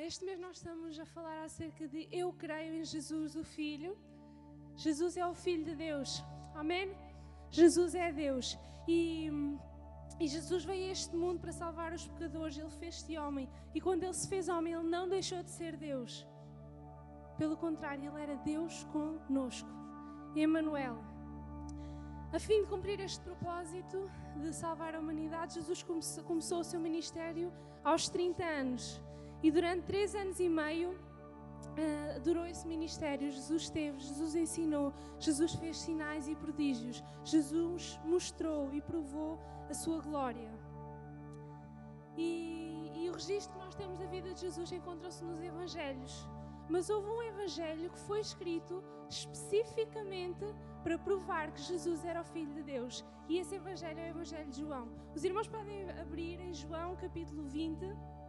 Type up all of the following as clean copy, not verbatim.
Este mês nós estamos a falar acerca de eu creio em Jesus, o Filho. Jesus é o Filho de Deus. Amém? Jesus é Deus. E Jesus veio a este mundo para salvar os pecadores. Ele fez-se homem. E quando Ele se fez homem, Ele não deixou de ser Deus. Pelo contrário, Ele era Deus conosco. Emmanuel. A fim de cumprir este propósito de salvar a humanidade, Jesus começou o seu ministério aos 30 anos. E durante 3 anos e meio durou esse ministério. Jesus esteve, Jesus ensinou, Jesus fez sinais e prodígios. Jesus mostrou e provou a sua glória. E o registro que nós temos da vida de Jesus encontra-se nos Evangelhos. Mas houve um Evangelho que foi escrito especificamente para provar que Jesus era o Filho de Deus. E esse Evangelho é o Evangelho de João. Os irmãos podem abrir em João capítulo 20.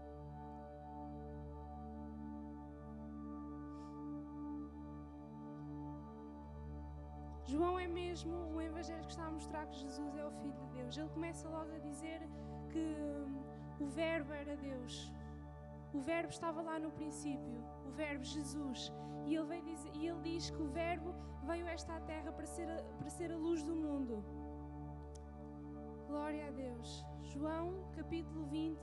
João é mesmo o Evangelho que está a mostrar que Jesus é o Filho de Deus. Ele começa logo a dizer que o Verbo era Deus. O Verbo estava lá no princípio, o Verbo Jesus. E ele diz que o Verbo veio a esta terra para ser a luz do mundo. Glória a Deus. João capítulo 20,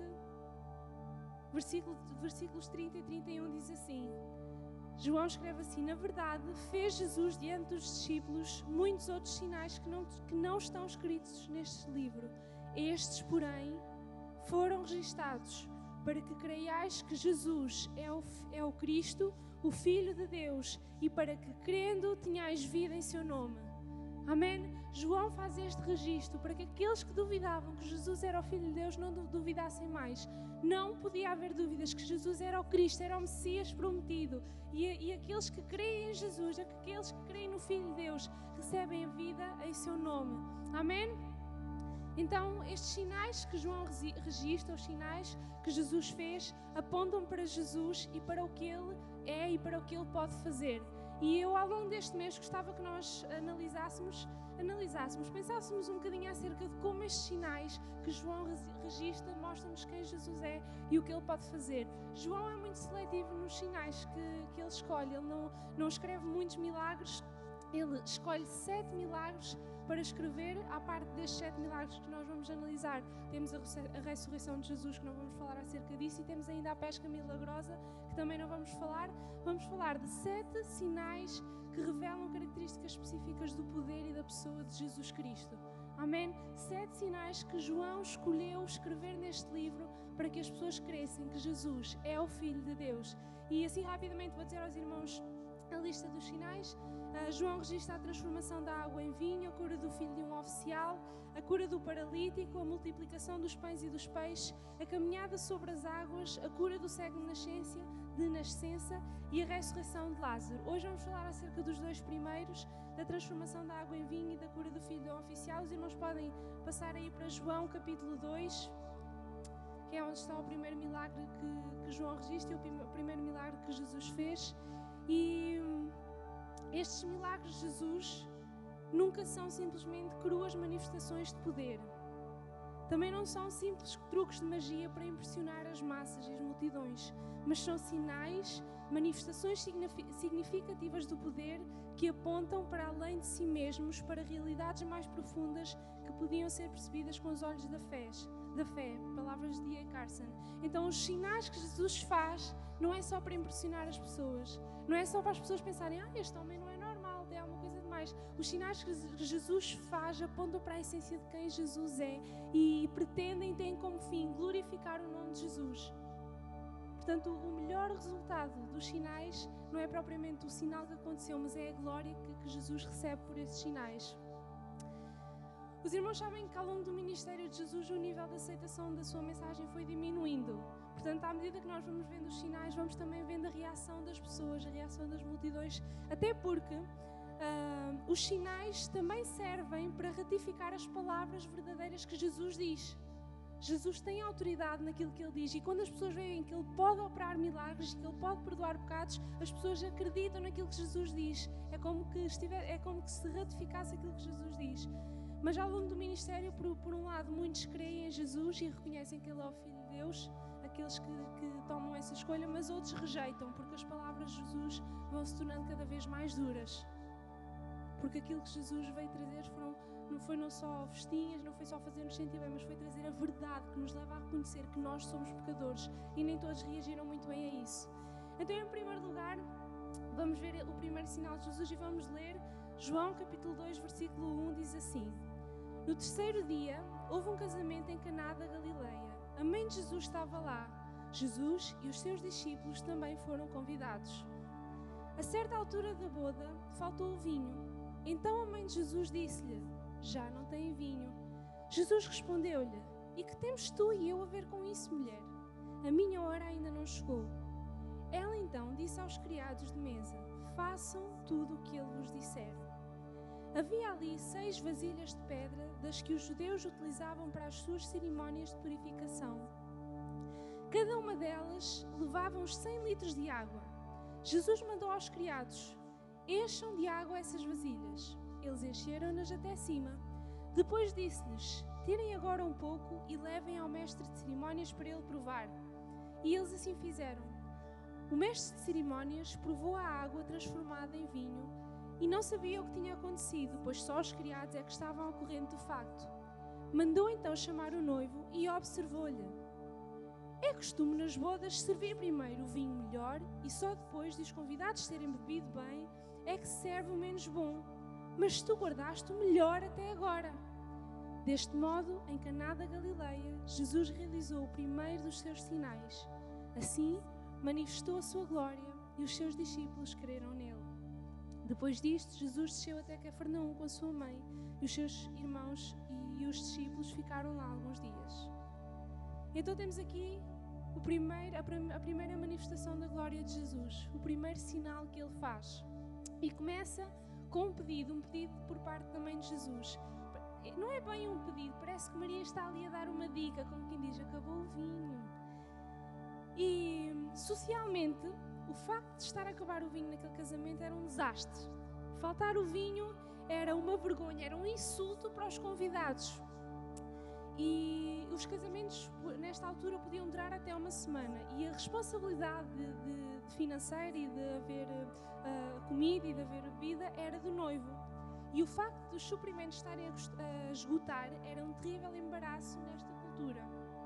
versículos 30 e 31 diz assim. João escreve assim: na verdade, fez Jesus diante dos discípulos muitos outros sinais que não estão escritos neste livro. Estes, porém, foram registados para que creiais que Jesus é o Cristo, o Filho de Deus, e para que, crendo, tenhais vida em seu nome. Amém? João faz este registro para que aqueles que duvidavam que Jesus era o Filho de Deus não duvidassem mais. Não podia haver dúvidas que Jesus era o Cristo, era o Messias prometido. E aqueles que creem em Jesus, aqueles que creem no Filho de Deus, recebem a vida em seu nome. Amém? Então, estes sinais que João registra, os sinais que Jesus fez, apontam para Jesus e para o que Ele é e para o que Ele pode fazer. E eu, ao longo deste mês, gostava que nós pensássemos um bocadinho acerca de como estes sinais que João registra mostram-nos quem Jesus é e o que Ele pode fazer. João é muito seletivo nos sinais que ele escolhe. Ele não escreve muitos milagres, ele escolhe 7 milagres para escrever. À parte destes 7 milagres que nós vamos analisar, temos a ressurreição de Jesus, que não vamos falar acerca disso, e temos ainda a pesca milagrosa, que também não vamos falar. Vamos falar de 7 sinais que revelam características específicas do poder e da pessoa de Jesus Cristo. Amém? 7 sinais que João escolheu escrever neste livro para que as pessoas crescem que Jesus é o Filho de Deus. E assim rapidamente vou dizer aos irmãos a lista dos sinais. João registra a transformação da água em vinho, a cura do filho de um oficial, a cura do paralítico, a multiplicação dos pães e dos peixes, a caminhada sobre as águas, a cura do cego de nascença e a ressurreição de Lázaro. Hoje vamos falar acerca dos 2 primeiros, da transformação da água em vinho e da cura do filho de um oficial. Os irmãos podem passar aí para João capítulo 2, que é onde está o primeiro milagre que João registra, o primeiro milagre que Jesus fez. E estes milagres de Jesus nunca são simplesmente cruas manifestações de poder. Também não são simples truques de magia para impressionar as massas e as multidões, mas são sinais, manifestações significativas do poder que apontam para além de si mesmos, para realidades mais profundas que podiam ser percebidas com os olhos da fé. Palavras de D.A. Carson. Então, os sinais que Jesus faz não é só para impressionar as pessoas, não é só para as pessoas pensarem, este homem não é normal, tem alguma coisa demais. Os sinais que Jesus faz apontam para a essência de quem Jesus é e têm como fim glorificar o nome de Jesus. Portanto, o melhor resultado dos sinais não é propriamente o sinal que aconteceu, mas é a glória que Jesus recebe por esses sinais. Os irmãos sabem que ao longo do ministério de Jesus o nível de aceitação da sua mensagem foi diminuindo. Portanto, à medida que nós vamos vendo os sinais, vamos também vendo a reação das pessoas, a reação das multidões, até porque os sinais também servem para ratificar as palavras verdadeiras que Jesus diz. Jesus tem autoridade naquilo que Ele diz, e quando as pessoas veem que Ele pode operar milagres, que Ele pode perdoar pecados, as pessoas acreditam naquilo que Jesus diz. É como que se ratificasse aquilo que Jesus diz. Mas ao longo do ministério, por um lado, muitos creem em Jesus e reconhecem que Ele é o Filho de Deus, aqueles que tomam essa escolha, mas outros rejeitam, porque as palavras de Jesus vão se tornando cada vez mais duras. Porque aquilo que Jesus veio trazer não foi só festinhas, não foi só fazer-nos sentir bem, mas foi trazer a verdade que nos leva a reconhecer que nós somos pecadores, e nem todos reagiram muito bem a isso. Então, em primeiro lugar, vamos ver o primeiro sinal de Jesus e vamos ler João capítulo 2, versículo 1, diz assim: No terceiro dia, houve um casamento em Caná da Galileia. A mãe de Jesus estava lá. Jesus e os seus discípulos também foram convidados. A certa altura da boda, faltou o vinho. Então a mãe de Jesus disse-lhe: Já não tem vinho. Jesus respondeu-lhe: E que temos tu e eu a ver com isso, mulher? A minha hora ainda não chegou. Ela então disse aos criados de mesa: Façam tudo o que ele vos disser. Havia ali 6 vasilhas de pedra, das que os judeus utilizavam para as suas cerimónias de purificação. Cada uma delas levava uns 100 litros de água. Jesus mandou aos criados: Encham de água essas vasilhas. Eles encheram-nas até cima. Depois disse-lhes: Tirem agora um pouco e levem ao mestre de cerimónias para ele provar. E eles assim fizeram. O mestre de cerimónias provou a água transformada em vinho e não sabia o que tinha acontecido, pois só os criados é que estavam ao corrente do facto. Mandou então chamar o noivo e observou-lhe: É costume nas bodas servir primeiro o vinho melhor e só depois de os convidados terem bebido bem é que se serve o menos bom. Mas tu guardaste o melhor até agora. Deste modo, em Caná da Galileia, Jesus realizou o primeiro dos seus sinais. Assim, manifestou a sua glória e os seus discípulos creram nele. Depois disto, Jesus desceu até Cafarnaum com a sua mãe e os seus irmãos e os discípulos ficaram lá alguns dias. Então temos aqui a primeira manifestação da glória de Jesus, o primeiro sinal que ele faz. E começa com um pedido por parte da mãe de Jesus. Não é bem um pedido, parece que Maria está ali a dar uma dica, como quem diz: acabou o vinho. E socialmente, o facto de estar a acabar o vinho naquele casamento era um desastre. Faltar o vinho era uma vergonha, era um insulto para os convidados. E os casamentos, nesta altura, podiam durar até uma semana. E a responsabilidade de financeira e de haver comida e de haver bebida era do noivo. E o facto dos suprimentos estarem a esgotar era um terrível embaraço nesta cultura.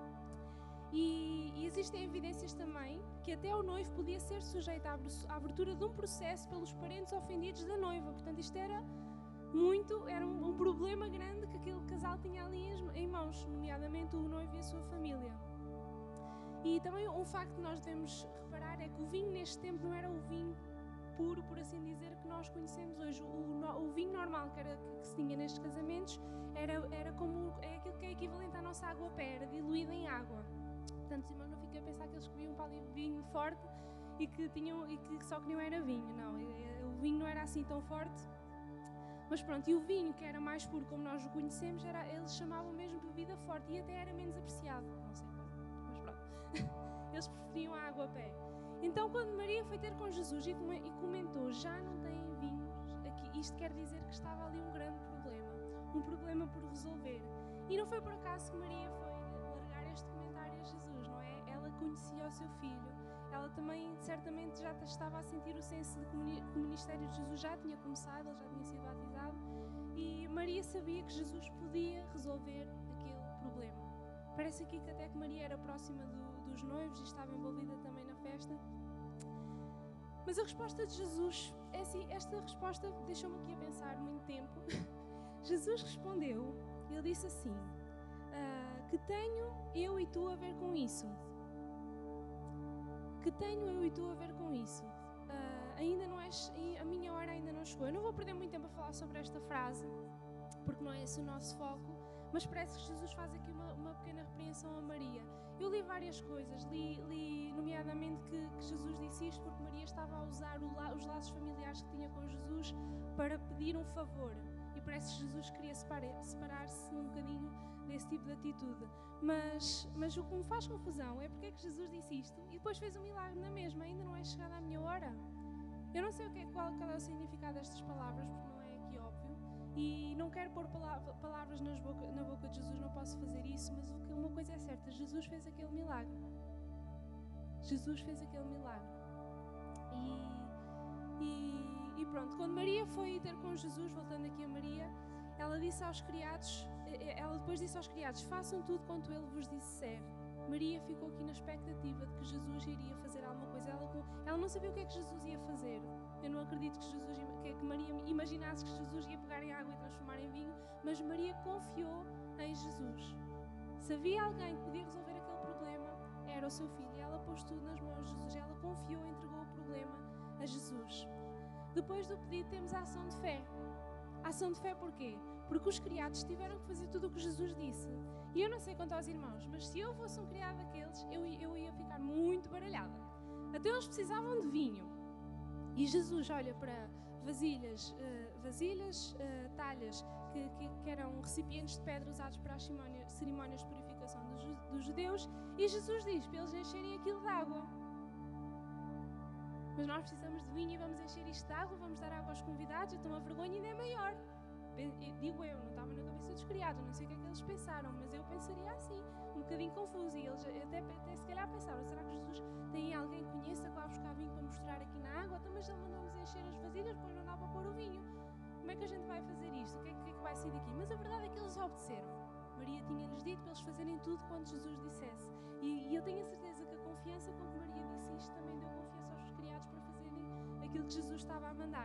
E existem evidências também que até o noivo podia ser sujeito à abertura de um processo pelos parentes ofendidos da noiva. Portanto, isto era um problema grande que aquele casal tinha ali em mãos, nomeadamente o noivo e a sua família. E também um facto que nós devemos reparar é que o vinho neste tempo não era o vinho puro, por assim dizer, que nós conhecemos hoje. O vinho normal que se tinha nestes casamentos era como aquilo que é equivalente à nossa água a pé, era diluído em água. Portanto, os irmãos não fiquem a pensar que eles bebiam para ali vinho forte e que só queriam era vinho. Não, o vinho não era assim tão forte. Mas pronto, e o vinho, que era mais puro como nós o conhecemos, eles chamavam mesmo bebida forte e até era menos apreciado. Não sei, mas pronto. Eles preferiam a água a pé. Então, quando Maria foi ter com Jesus e comentou: Já não têm vinhos aqui, isto quer dizer que estava ali um grande problema por resolver. E não foi por acaso que Maria foi largar este comentário a Jesus, não é? Ela conhecia o seu filho, ela também certamente já estava a sentir o senso de que o ministério de Jesus já tinha começado, ele já tinha sido batizado, e Maria sabia que Jesus podia resolver aquele problema. Parece aqui que até que Maria era próxima dos noivos e estava envolvida também na festa. Mas a resposta de Jesus, é assim, esta resposta deixou-me aqui a pensar muito tempo. Jesus respondeu, ele disse assim: que tenho eu e tu a ver com isso? Que tenho eu e tu a ver com isso? A minha hora ainda não chegou. Eu não vou perder muito tempo a falar sobre esta frase, porque não é esse o nosso foco, mas parece que Jesus faz aqui uma pequena repreensão a Maria. Eu li várias coisas, li nomeadamente que Jesus disse isto porque Maria estava a usar os laços familiares que tinha com Jesus para pedir um favor. E parece que Jesus queria separar-se um bocadinho desse tipo de atitude. Mas o que me faz confusão é porque é que Jesus disse isto e depois fez um milagre na mesma. Ainda não é chegada a minha hora. Eu não sei qual é o significado destas palavras, porque não é aqui óbvio. E não quero pôr palavras na boca de Jesus, não posso fazer isso, mas uma coisa é certa: Jesus fez aquele milagre. Jesus fez aquele milagre. E pronto, quando Maria foi ter com Jesus, voltando aqui a Maria, ela disse aos criados, ela depois disse aos criados: façam tudo quanto ele vos disser. Maria ficou aqui na expectativa de que Jesus iria fazer alguma coisa. Ela não sabia o que é que Jesus ia fazer. Eu não acredito que Maria imaginasse que Jesus ia pegar em água e transformar em vinho, mas Maria confiou em Jesus. Se havia alguém que podia resolver aquele problema, era o seu filho. E ela pôs tudo nas mãos de Jesus. Ela confiou e entregou o problema a Jesus. Depois do pedido temos a ação de fé. A ação de fé porquê? Porque os criados tiveram que fazer tudo o que Jesus disse. E eu não sei quanto aos irmãos, mas se eu fosse um criado daqueles, eu ia ficar muito baralhada. Até eles precisavam de vinho. E Jesus olha para vasilhas, talhas, que eram recipientes de pedra usados para as cerimónias de purificação dos judeus, e Jesus diz para eles encherem aquilo de água. Mas nós precisamos de vinho e vamos encher isto de água, vamos dar água aos convidados, então a vergonha ainda é maior. Digo eu, não estava na cabeça dos criados, não sei o que é que eles pensaram, mas eu pensaria assim, um bocadinho confuso. E eles até se calhar pensaram: será que Jesus tem alguém que conheça que vai buscar vinho para mostrar aqui na água? Então, mas ele mandou-nos encher as vasilhas, depois não dá para pôr o vinho. Como é que a gente vai fazer isto? O que é que vai sair daqui? Mas a verdade é que eles obedeceram. Maria tinha-lhes dito para eles fazerem tudo quanto Jesus dissesse. E eu tenho a certeza que a confiança com que Maria disse isto também deu confiança aos criados para fazerem aquilo que Jesus estava a mandar.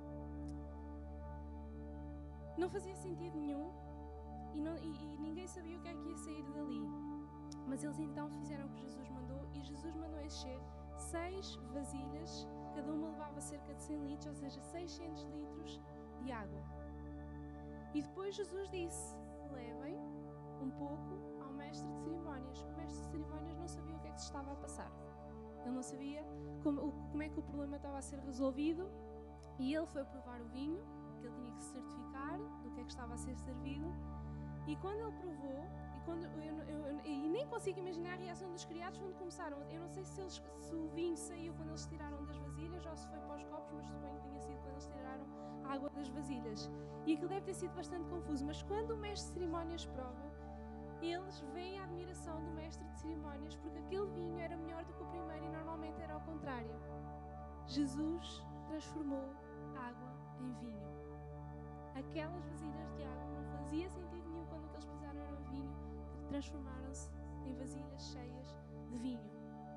Não fazia sentido nenhum e ninguém sabia o que é que ia sair dali. Mas eles então fizeram o que Jesus mandou, e Jesus mandou encher 6 vasilhas, cada uma levava cerca de 100 litros, ou seja, 600 litros de água. E depois Jesus disse: levem um pouco ao mestre de cerimónias. O mestre de cerimónias não sabia o que é que se estava a passar. Ele não sabia como é que o problema estava a ser resolvido, e ele foi provar o vinho, que ele tinha que se certificar do que é que estava a ser servido. E quando ele provou, e nem consigo imaginar a reação dos criados quando começaram. Eu não sei se o vinho saiu quando eles tiraram das vasilhas ou se foi para os copos, mas suponho que tenha sido quando eles tiraram a água das vasilhas. E aquilo deve ter sido bastante confuso. Mas quando o mestre de cerimónias prova, eles veem a admiração do mestre de cerimónias, porque aquele vinho era melhor do que o primeiro e normalmente era ao contrário. Jesus transformou água em vinho. Aquelas vasilhas de água não fazia sentido nenhum quando o que eles precisaram era o vinho, transformaram-se em vasilhas cheias de vinho.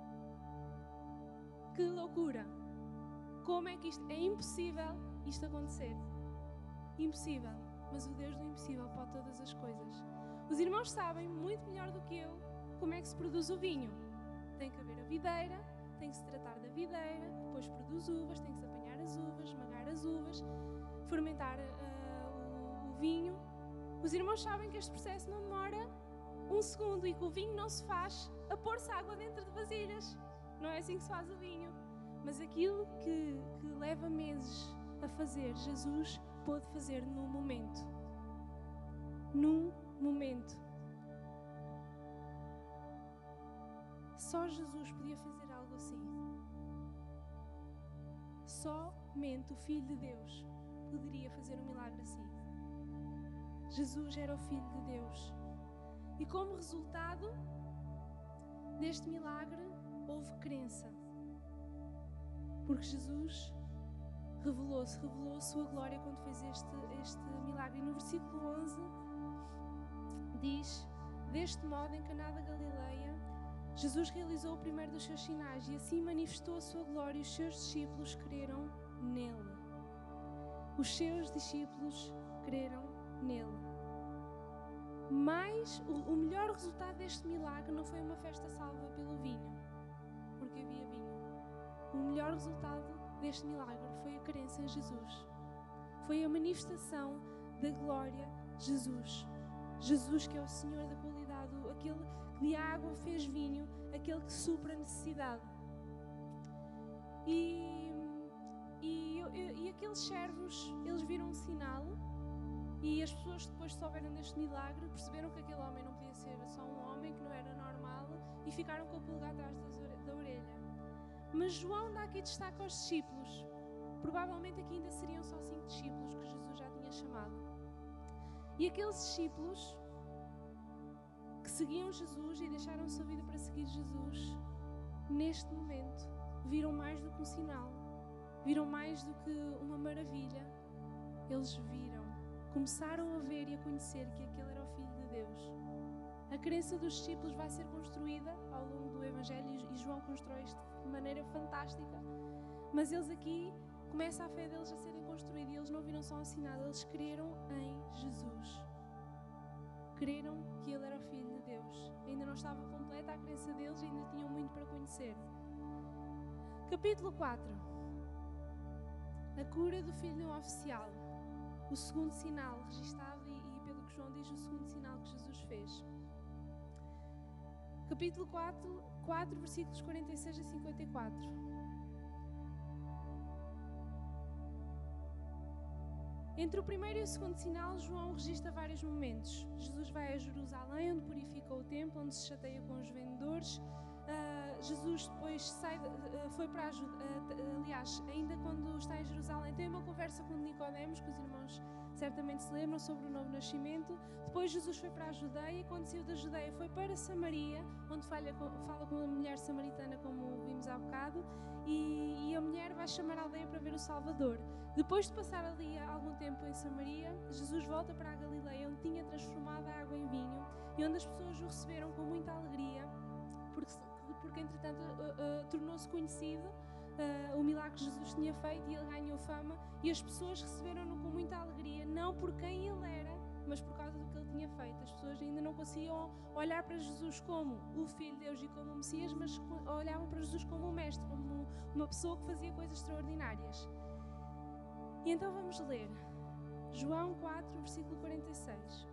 Que loucura! Como é que isto... É impossível isto acontecer. Impossível. Mas o Deus do impossível pode todas as coisas. Os irmãos sabem, muito melhor do que eu, como é que se produz o vinho. Tem que haver a videira, tem que se tratar da videira, depois produz uvas, tem que se apanhar as uvas, esmagar as uvas, fermentar o vinho. Os irmãos sabem que este processo não demora um segundo e que o vinho não se faz a pôr-se água dentro de vasilhas. Não é assim que se faz o vinho. Mas aquilo que leva meses a fazer, Jesus pôde fazer num momento. Num momento. Só Jesus podia fazer algo assim. Somente o Filho de Deus poderia fazer um milagre assim. Jesus era o Filho de Deus. E como resultado deste milagre, houve crença. Porque Jesus revelou a sua glória quando fez este milagre. E no versículo 11 diz: deste modo, em Caná da Galileia, Jesus realizou o primeiro dos seus sinais e assim manifestou a sua glória, e os seus discípulos creram nele. Os seus discípulos creram nele. Mas o melhor resultado deste milagre não foi uma festa salva pelo vinho, porque havia vinho. O melhor resultado deste milagre foi a crença em Jesus. Foi a manifestação da glória de Jesus. Jesus, que é o Senhor da qualidade, aquele que de água fez vinho, aquele que supra a necessidade. E aqueles servos, eles viram um sinal, e as pessoas depois souberam deste milagre, perceberam que aquele homem não podia ser só um homem, que não era normal, e ficaram com o polegar atrás da orelha. Mas João dá aqui destaque aos discípulos. Provavelmente aqui ainda seriam só 5 discípulos que Jesus já tinha chamado. E aqueles discípulos que seguiam Jesus e deixaram a sua vida para seguir Jesus, neste momento, viram mais do que um sinal, viram mais do que uma maravilha. Eles viram, começaram a ver e a conhecer que aquele era o Filho de Deus. A crença dos discípulos vai ser construída ao longo do Evangelho e João constrói isto de maneira fantástica. Mas eles aqui, começa a fé deles a serem construída e eles não viram só um sinal, eles creram em Jesus. Creram que Ele era o Filho de Deus. Ainda não estava completa a crença deles, ainda tinham muito para conhecer. Capítulo 4. A cura do filho oficial. O segundo sinal registado e pelo que João diz, o segundo sinal que Jesus fez. Capítulo 4, versículos 46 a 54. Entre o primeiro e o segundo sinal, João registra vários momentos. Jesus vai a Jerusalém, onde purifica o templo, onde se chateia com os vendedores. Jesus depois foi para aliás, ainda quando está em Jerusalém, tem uma conversa com Nicodemos, que os irmãos certamente se lembram, sobre o novo nascimento. Depois Jesus foi para a Judeia e quando saiu da Judeia foi para Samaria, onde fala com a mulher samaritana, como vimos há bocado, e a mulher vai chamar a aldeia para ver o Salvador. Depois de passar ali algum tempo em Samaria, Jesus volta para a Galileia, onde tinha transformado a água em vinho e onde as pessoas o receberam com muita alegria, porque entretanto tornou-se conhecido o milagre que Jesus tinha feito e ele ganhou fama, e as pessoas receberam-no com muita alegria, não por quem ele era, mas por causa do que ele tinha feito. As pessoas ainda não conseguiam olhar para Jesus como o Filho de Deus e como o Messias, mas olhavam para Jesus como um mestre, como uma pessoa que fazia coisas extraordinárias. E então vamos ler João 4, versículo 46.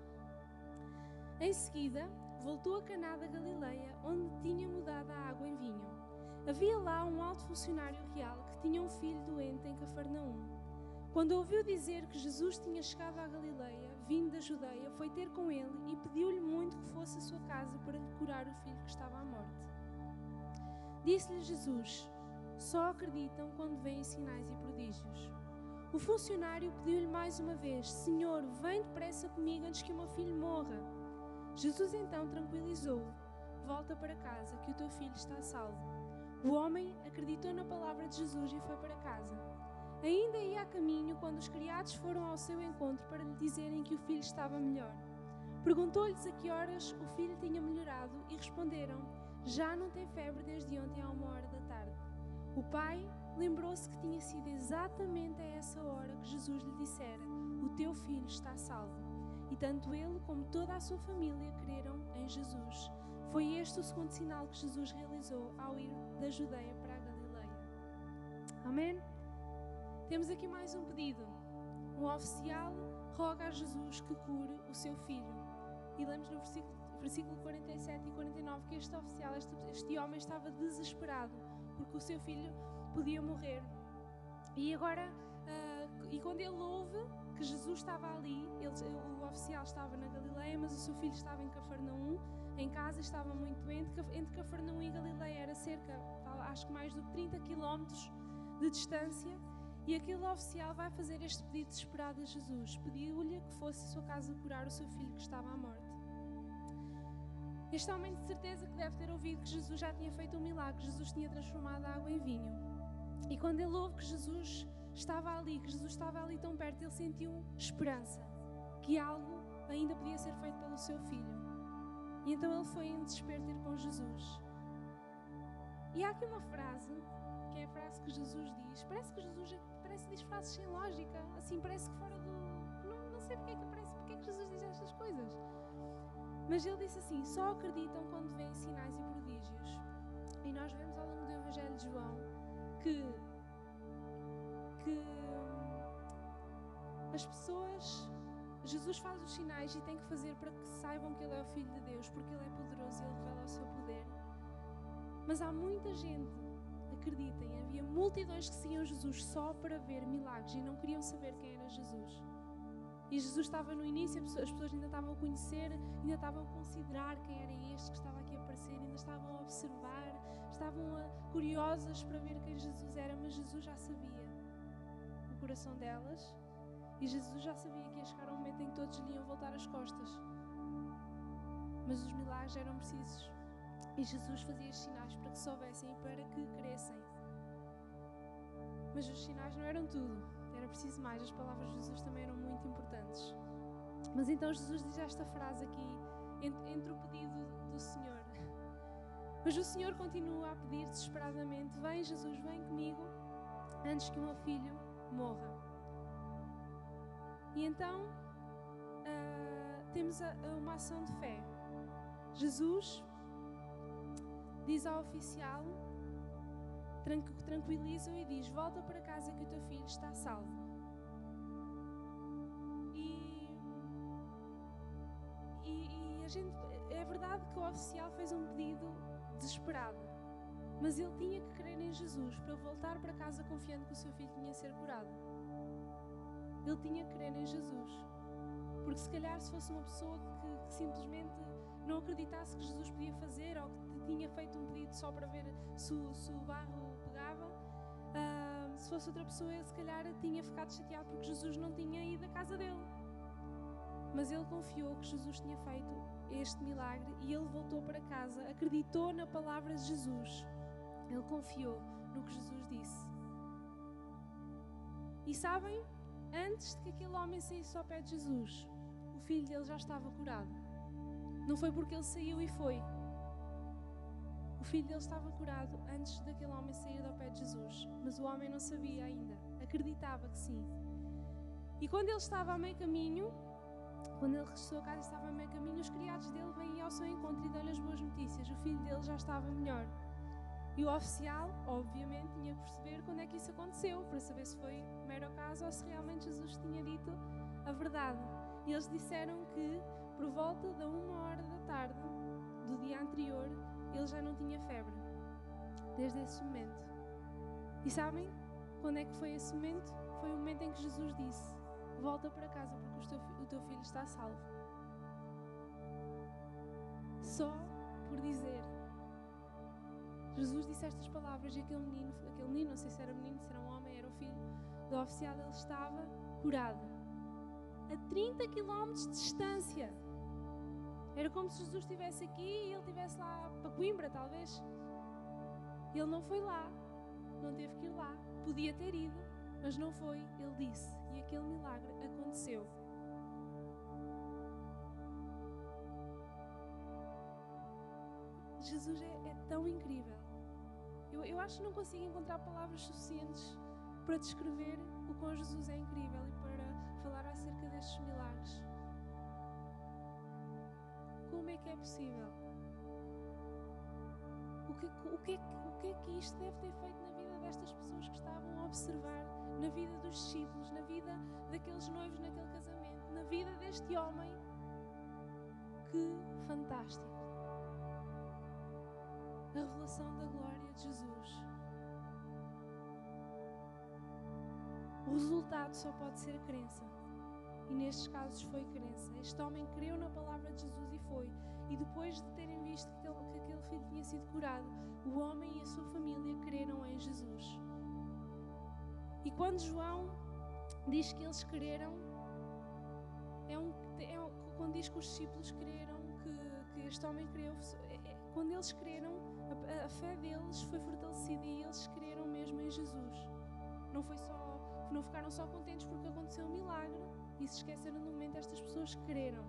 Em seguida, voltou a Caná da Galileia, onde tinha mudado a água em vinho. Havia lá um alto funcionário real que tinha um filho doente em Cafarnaum. Quando ouviu dizer que Jesus tinha chegado à Galileia, vindo da Judeia, foi ter com ele e pediu-lhe muito que fosse à sua casa para lhe curar o filho que estava à morte. Disse-lhe Jesus: só acreditam quando veem sinais e prodígios. O funcionário pediu-lhe mais uma vez: Senhor, vem depressa comigo antes que o meu filho morra. Jesus então tranquilizou-o: volta para casa, que o teu filho está salvo. O homem acreditou na palavra de Jesus e foi para casa. Ainda ia a caminho quando os criados foram ao seu encontro para lhe dizerem que o filho estava melhor. Perguntou-lhes a que horas o filho tinha melhorado e responderam: já não tem febre desde ontem à 1h da tarde. O pai lembrou-se que tinha sido exatamente a essa hora que Jesus lhe dissera: o teu filho está salvo. E tanto ele como toda a sua família creram em Jesus. Foi este o segundo sinal que Jesus realizou ao ir da Judeia para a Galileia. Amém? Temos aqui mais um pedido. Um oficial roga a Jesus que cure o seu filho. E lemos no versículo 47 e 49 que este oficial, este homem estava desesperado porque o seu filho podia morrer. E agora, quando ele ouve que Jesus estava ali, o oficial estava na Galileia, mas o seu filho estava em Cafarnaum, em casa, estava muito doente. Entre Cafarnaum e Galileia era cerca, acho que mais do que 30 quilómetros de distância, e aquele oficial vai fazer este pedido desesperado a Jesus. Pediu-lhe que fosse à sua casa curar o seu filho que estava à morte. Este homem de certeza que deve ter ouvido que Jesus já tinha feito um milagre, Jesus tinha transformado a água em vinho. E quando ele ouve que Jesus estava ali tão perto, ele sentiu esperança, que algo ainda podia ser feito pelo seu filho. E então ele foi em desespero ter com Jesus. E há aqui uma frase, que é a frase que Jesus diz. Parece que Jesus diz frases sem lógica, assim, parece que fora do... Não sei porque é que Jesus diz estas coisas. Mas ele disse assim: só acreditam quando veem sinais e prodígios. E nós vemos ao longo do Evangelho de João que as pessoas, Jesus faz os sinais e tem que fazer para que saibam que Ele é o Filho de Deus, porque Ele é poderoso e Ele revela o seu poder. Mas há muita gente, acreditem, havia multidões que seguiam Jesus só para ver milagres e não queriam saber quem era Jesus. E Jesus estava no início, as pessoas ainda estavam a conhecer, ainda estavam a considerar quem era este que estava aqui a aparecer, ainda estavam a observar, estavam curiosas para ver quem Jesus era, mas Jesus já sabia o coração delas e Jesus já sabia que ia chegar um momento em que todos lhe iam voltar as costas. Mas os milagres eram precisos E Jesus fazia sinais para que soubessem e para que crescem. Mas os sinais não eram tudo. Era preciso mais. As palavras de Jesus também eram muito importantes. Mas então Jesus diz esta frase aqui, entre o pedido do Senhor. Mas o Senhor continua a pedir desesperadamente: vem Jesus, vem comigo, antes que o meu filho morra. E então temos uma ação de fé. Jesus diz ao oficial, tranquiliza-o e diz: volta para casa que o teu filho está salvo. E a gente, é verdade que o oficial fez um pedido desesperado, mas ele tinha que crer em Jesus para voltar para casa confiando que o seu filho tinha de ser curado. Ele tinha que crer em Jesus, porque se calhar se fosse uma pessoa que simplesmente não acreditasse que Jesus podia fazer, ou que tinha feito um pedido só para ver se o barro pegava, se fosse outra pessoa, se calhar tinha ficado chateado porque Jesus não tinha ido à casa dele. Mas ele confiou que Jesus tinha feito este milagre e ele voltou para casa, acreditou na palavra de Jesus. Ele confiou no que Jesus disse. E sabem, antes de que aquele homem saísse ao pé de Jesus, o filho dele já estava curado. Não foi porque ele saiu e foi. O filho dele estava curado antes daquele homem sair ao pé de Jesus. Mas o homem não sabia ainda. Acreditava que sim. E quando ele estava a meio caminho, quando ele regressou a casa e estava a meio caminho, os criados dele vêm ao seu encontro e dão-lhe as boas notícias. O filho dele já estava melhor. E o oficial, obviamente, tinha que perceber quando é que isso aconteceu, para saber se foi mero acaso ou se realmente Jesus tinha dito a verdade. E eles disseram que, por volta da 1h da tarde do dia anterior, ele já não tinha febre. Desde esse momento. E sabem quando é que foi esse momento? Foi o momento em que Jesus disse: volta para casa porque o teu filho está salvo. Só por dizer. Jesus disse estas palavras e aquele menino, não sei se era menino, se era um homem, era o filho do oficial, ele estava curado. A 30 km de distância. Era como se Jesus estivesse aqui e ele estivesse lá para Coimbra, talvez. Ele não foi lá, não teve que ir lá. Podia ter ido, mas não foi. Ele disse, e aquele milagre aconteceu. Jesus é tão incrível. Eu acho que não consigo encontrar palavras suficientes para descrever o quão Jesus é incrível e para falar acerca destes milagres. Como é que é possível? O que é que isto deve ter feito na vida destas pessoas que estavam a observar, na vida dos discípulos, na vida daqueles noivos naquele casamento, na vida deste homem? Que fantástico! A revelação da glória de Jesus. O resultado só pode ser a crença. E nestes casos foi crença. Este homem creu na palavra de Jesus e foi. E depois de terem visto que aquele filho tinha sido curado, o homem e a sua família creram em Jesus. E quando João diz que eles creram, quando diz que os discípulos creram, que este homem creu, quando eles creram, a fé deles foi fortalecida e eles creram mesmo em Jesus. Não ficaram só contentes porque aconteceu um milagre e se esqueceram no momento. Estas pessoas creram.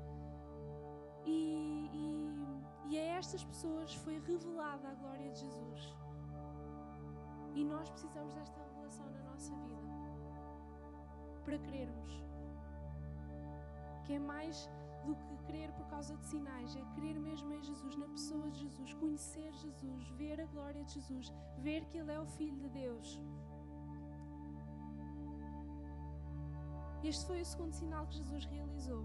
E a estas pessoas foi revelada a glória de Jesus. E nós precisamos desta revelação na nossa vida para crermos. Que é mais do que crer por causa de sinais, é crer mesmo em Jesus, na pessoa de Jesus, conhecer Jesus, ver a glória de Jesus, ver que Ele é o Filho de Deus. Este foi o segundo sinal que Jesus realizou.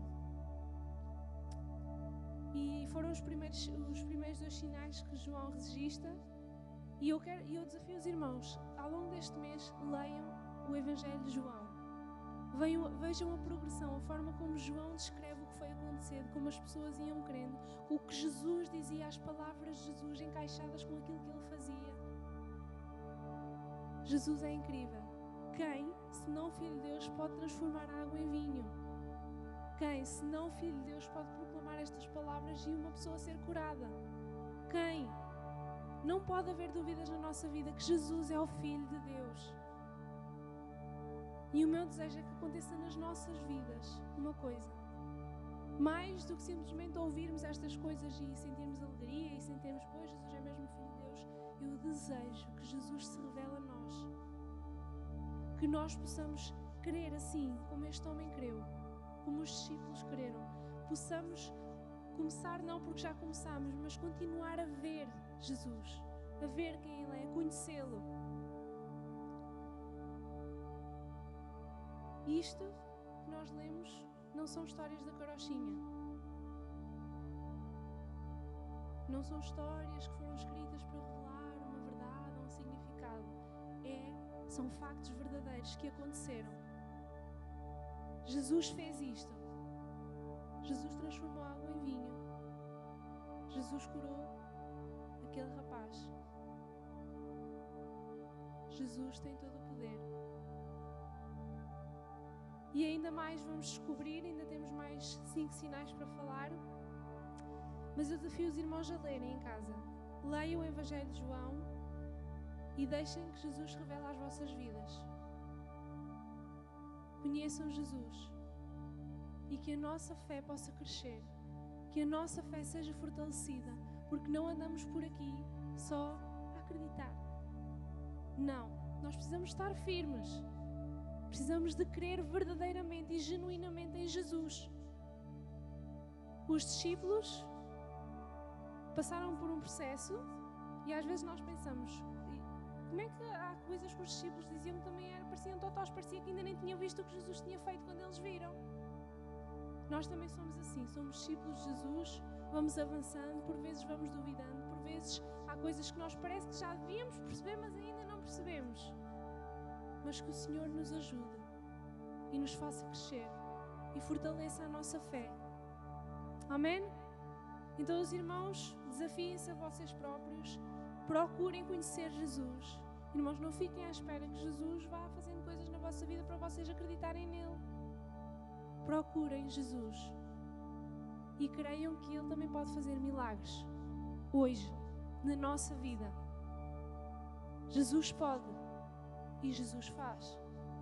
E foram os primeiros 2 sinais que João registra. E eu desafio os irmãos, ao longo deste mês, leiam o Evangelho de João. Vejam a progressão, a forma como João descreve o que foi acontecendo, como as pessoas iam crendo, o que Jesus dizia, as palavras de Jesus encaixadas com aquilo que Ele fazia. Jesus é incrível. Quem, se não Filho de Deus, pode transformar a água em vinho? Quem, se não Filho de Deus, pode proclamar estas palavras e uma pessoa ser curada? quem? Não pode haver dúvidas na nossa vida que Jesus é o Filho de Deus. E o meu desejo é que aconteça nas nossas vidas uma coisa. Mais do que simplesmente ouvirmos estas coisas e sentirmos alegria e sentirmos, pois, Jesus é mesmo o Filho de Deus. Eu desejo que Jesus se revele a nós. Que nós possamos crer assim, como este homem creu, como os discípulos creram. Possamos começar, não porque já começamos, mas continuar a ver Jesus, a ver quem Ele é, a conhecê-lo. Isto que nós lemos não são histórias da carochinha. Não são histórias que foram escritas para revelar uma verdade ou um significado. São factos verdadeiros que aconteceram. Jesus fez isto. Jesus transformou água em vinho. Jesus curou aquele rapaz. Jesus tem todo o poder. E ainda mais vamos descobrir, ainda temos mais 5 sinais para falar, mas eu desafio os irmãos a lerem em casa. Leiam o Evangelho de João e deixem que Jesus revele as vossas vidas. Conheçam Jesus e que a nossa fé possa crescer, que a nossa fé seja fortalecida, porque não andamos por aqui só a acreditar. Não, nós precisamos estar firmes. Precisamos de crer verdadeiramente e genuinamente em Jesus. Os discípulos passaram por um processo e às vezes nós pensamos, como é que há coisas que os discípulos diziam que também pareciam totós, parecia que ainda nem tinham visto o que Jesus tinha feito quando eles viram. Nós também somos assim, somos discípulos de Jesus, vamos avançando, por vezes vamos duvidando, por vezes há coisas que nós parece que já devíamos perceber, mas ainda não percebemos. Mas que o Senhor nos ajude e nos faça crescer e fortaleça a nossa fé. Amém? Então os irmãos, desafiem-se a vocês próprios, procurem conhecer Jesus. Irmãos, não fiquem à espera que Jesus vá fazendo coisas na vossa vida para vocês acreditarem nele. Procurem Jesus e creiam que Ele também pode fazer milagres hoje, na nossa vida. Jesus pode. E Jesus faz.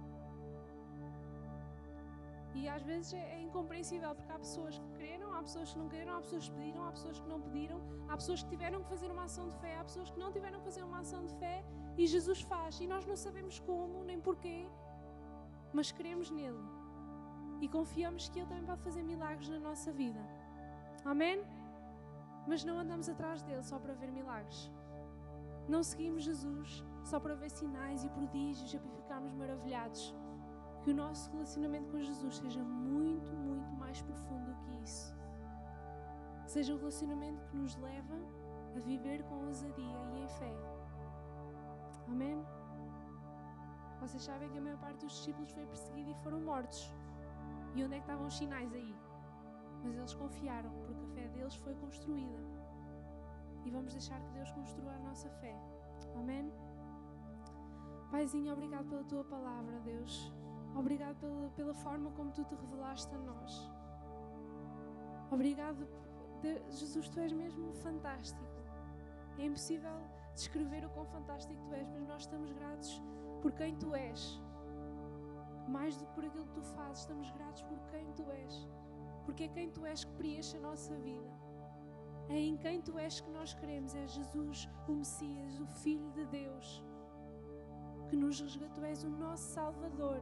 E às vezes é incompreensível, porque há pessoas que creram, há pessoas que não creram, há pessoas que pediram, há pessoas que não pediram, há pessoas que tiveram que fazer uma ação de fé, há pessoas que não tiveram que fazer uma ação de fé, e Jesus faz. E nós não sabemos como, nem porquê, mas cremos nele. E confiamos que Ele também pode fazer milagres na nossa vida. Amém? Mas não andamos atrás dele só para ver milagres. Não seguimos Jesus só para ver sinais e prodígios e para ficarmos maravilhados. Que o nosso relacionamento com Jesus seja muito, muito mais profundo do que isso. Que seja um relacionamento que nos leva a viver com ousadia e em fé. Amém? Vocês sabem que a maior parte dos discípulos foi perseguida e foram mortos. E onde é que estavam os sinais aí? Mas eles confiaram, porque a fé deles foi construída. E vamos deixar que Deus construa a nossa fé. Amém? Paizinho, obrigado pela Tua palavra, Deus. Obrigado pela forma como Tu te revelaste a nós. Obrigado, Jesus, Tu és mesmo fantástico. É impossível descrever o quão fantástico Tu és, mas nós estamos gratos por quem Tu és. Mais do que por aquilo que Tu fazes, estamos gratos por quem Tu és. Porque é quem Tu és que preenche a nossa vida. É em quem Tu és que nós queremos. É Jesus, o Messias, o Filho de Deus, que nos resgatou. Tu és o nosso Salvador.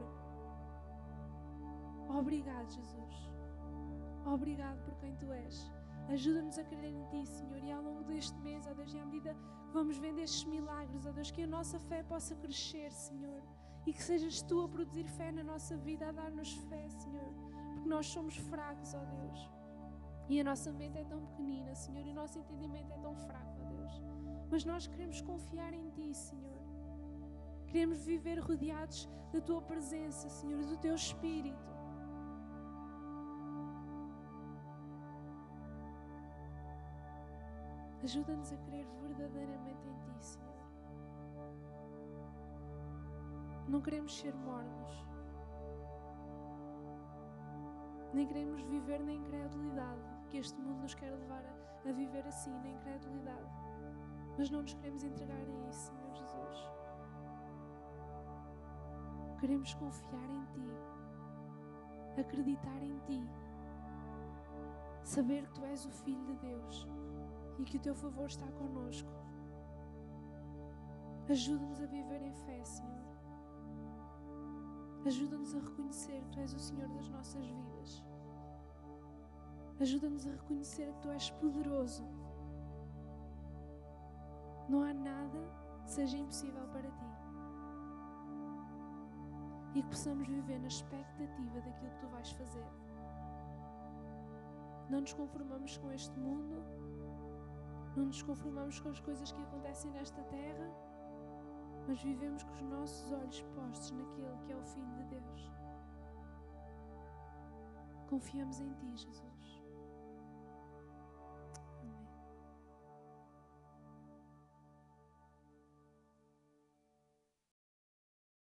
Obrigado, Jesus. Obrigado por quem Tu és. Ajuda-nos a crer em Ti, Senhor. E ao longo deste mês, ó Deus, e à medida que vamos vendo estes milagres, ó Deus, que a nossa fé possa crescer, Senhor. E que sejas Tu a produzir fé na nossa vida, a dar-nos fé, Senhor. Porque nós somos fracos, ó Deus. E a nossa mente é tão pequenina, Senhor, e o nosso entendimento é tão fraco, ó Deus. Mas nós queremos confiar em Ti, Senhor. Queremos viver rodeados da Tua presença, Senhor, do Teu Espírito. Ajuda-nos a crer verdadeiramente em Ti, Senhor. Não queremos ser mornos. Nem queremos viver na incredulidade que este mundo nos quer levar a viver assim, na incredulidade. Mas não nos queremos entregar a isso, Senhor Jesus. Queremos confiar em Ti, acreditar em Ti, saber que Tu és o Filho de Deus e que o Teu favor está connosco. Ajuda-nos a viver em fé, Senhor. Ajuda-nos a reconhecer que Tu és o Senhor das nossas vidas. Ajuda-nos a reconhecer que Tu és poderoso. Não há nada que seja impossível para Ti. E que possamos viver na expectativa daquilo que Tu vais fazer. Não nos conformamos com este mundo, não nos conformamos com as coisas que acontecem nesta terra, mas vivemos com os nossos olhos postos naquele que é o Filho de Deus. Confiamos em Ti, Jesus.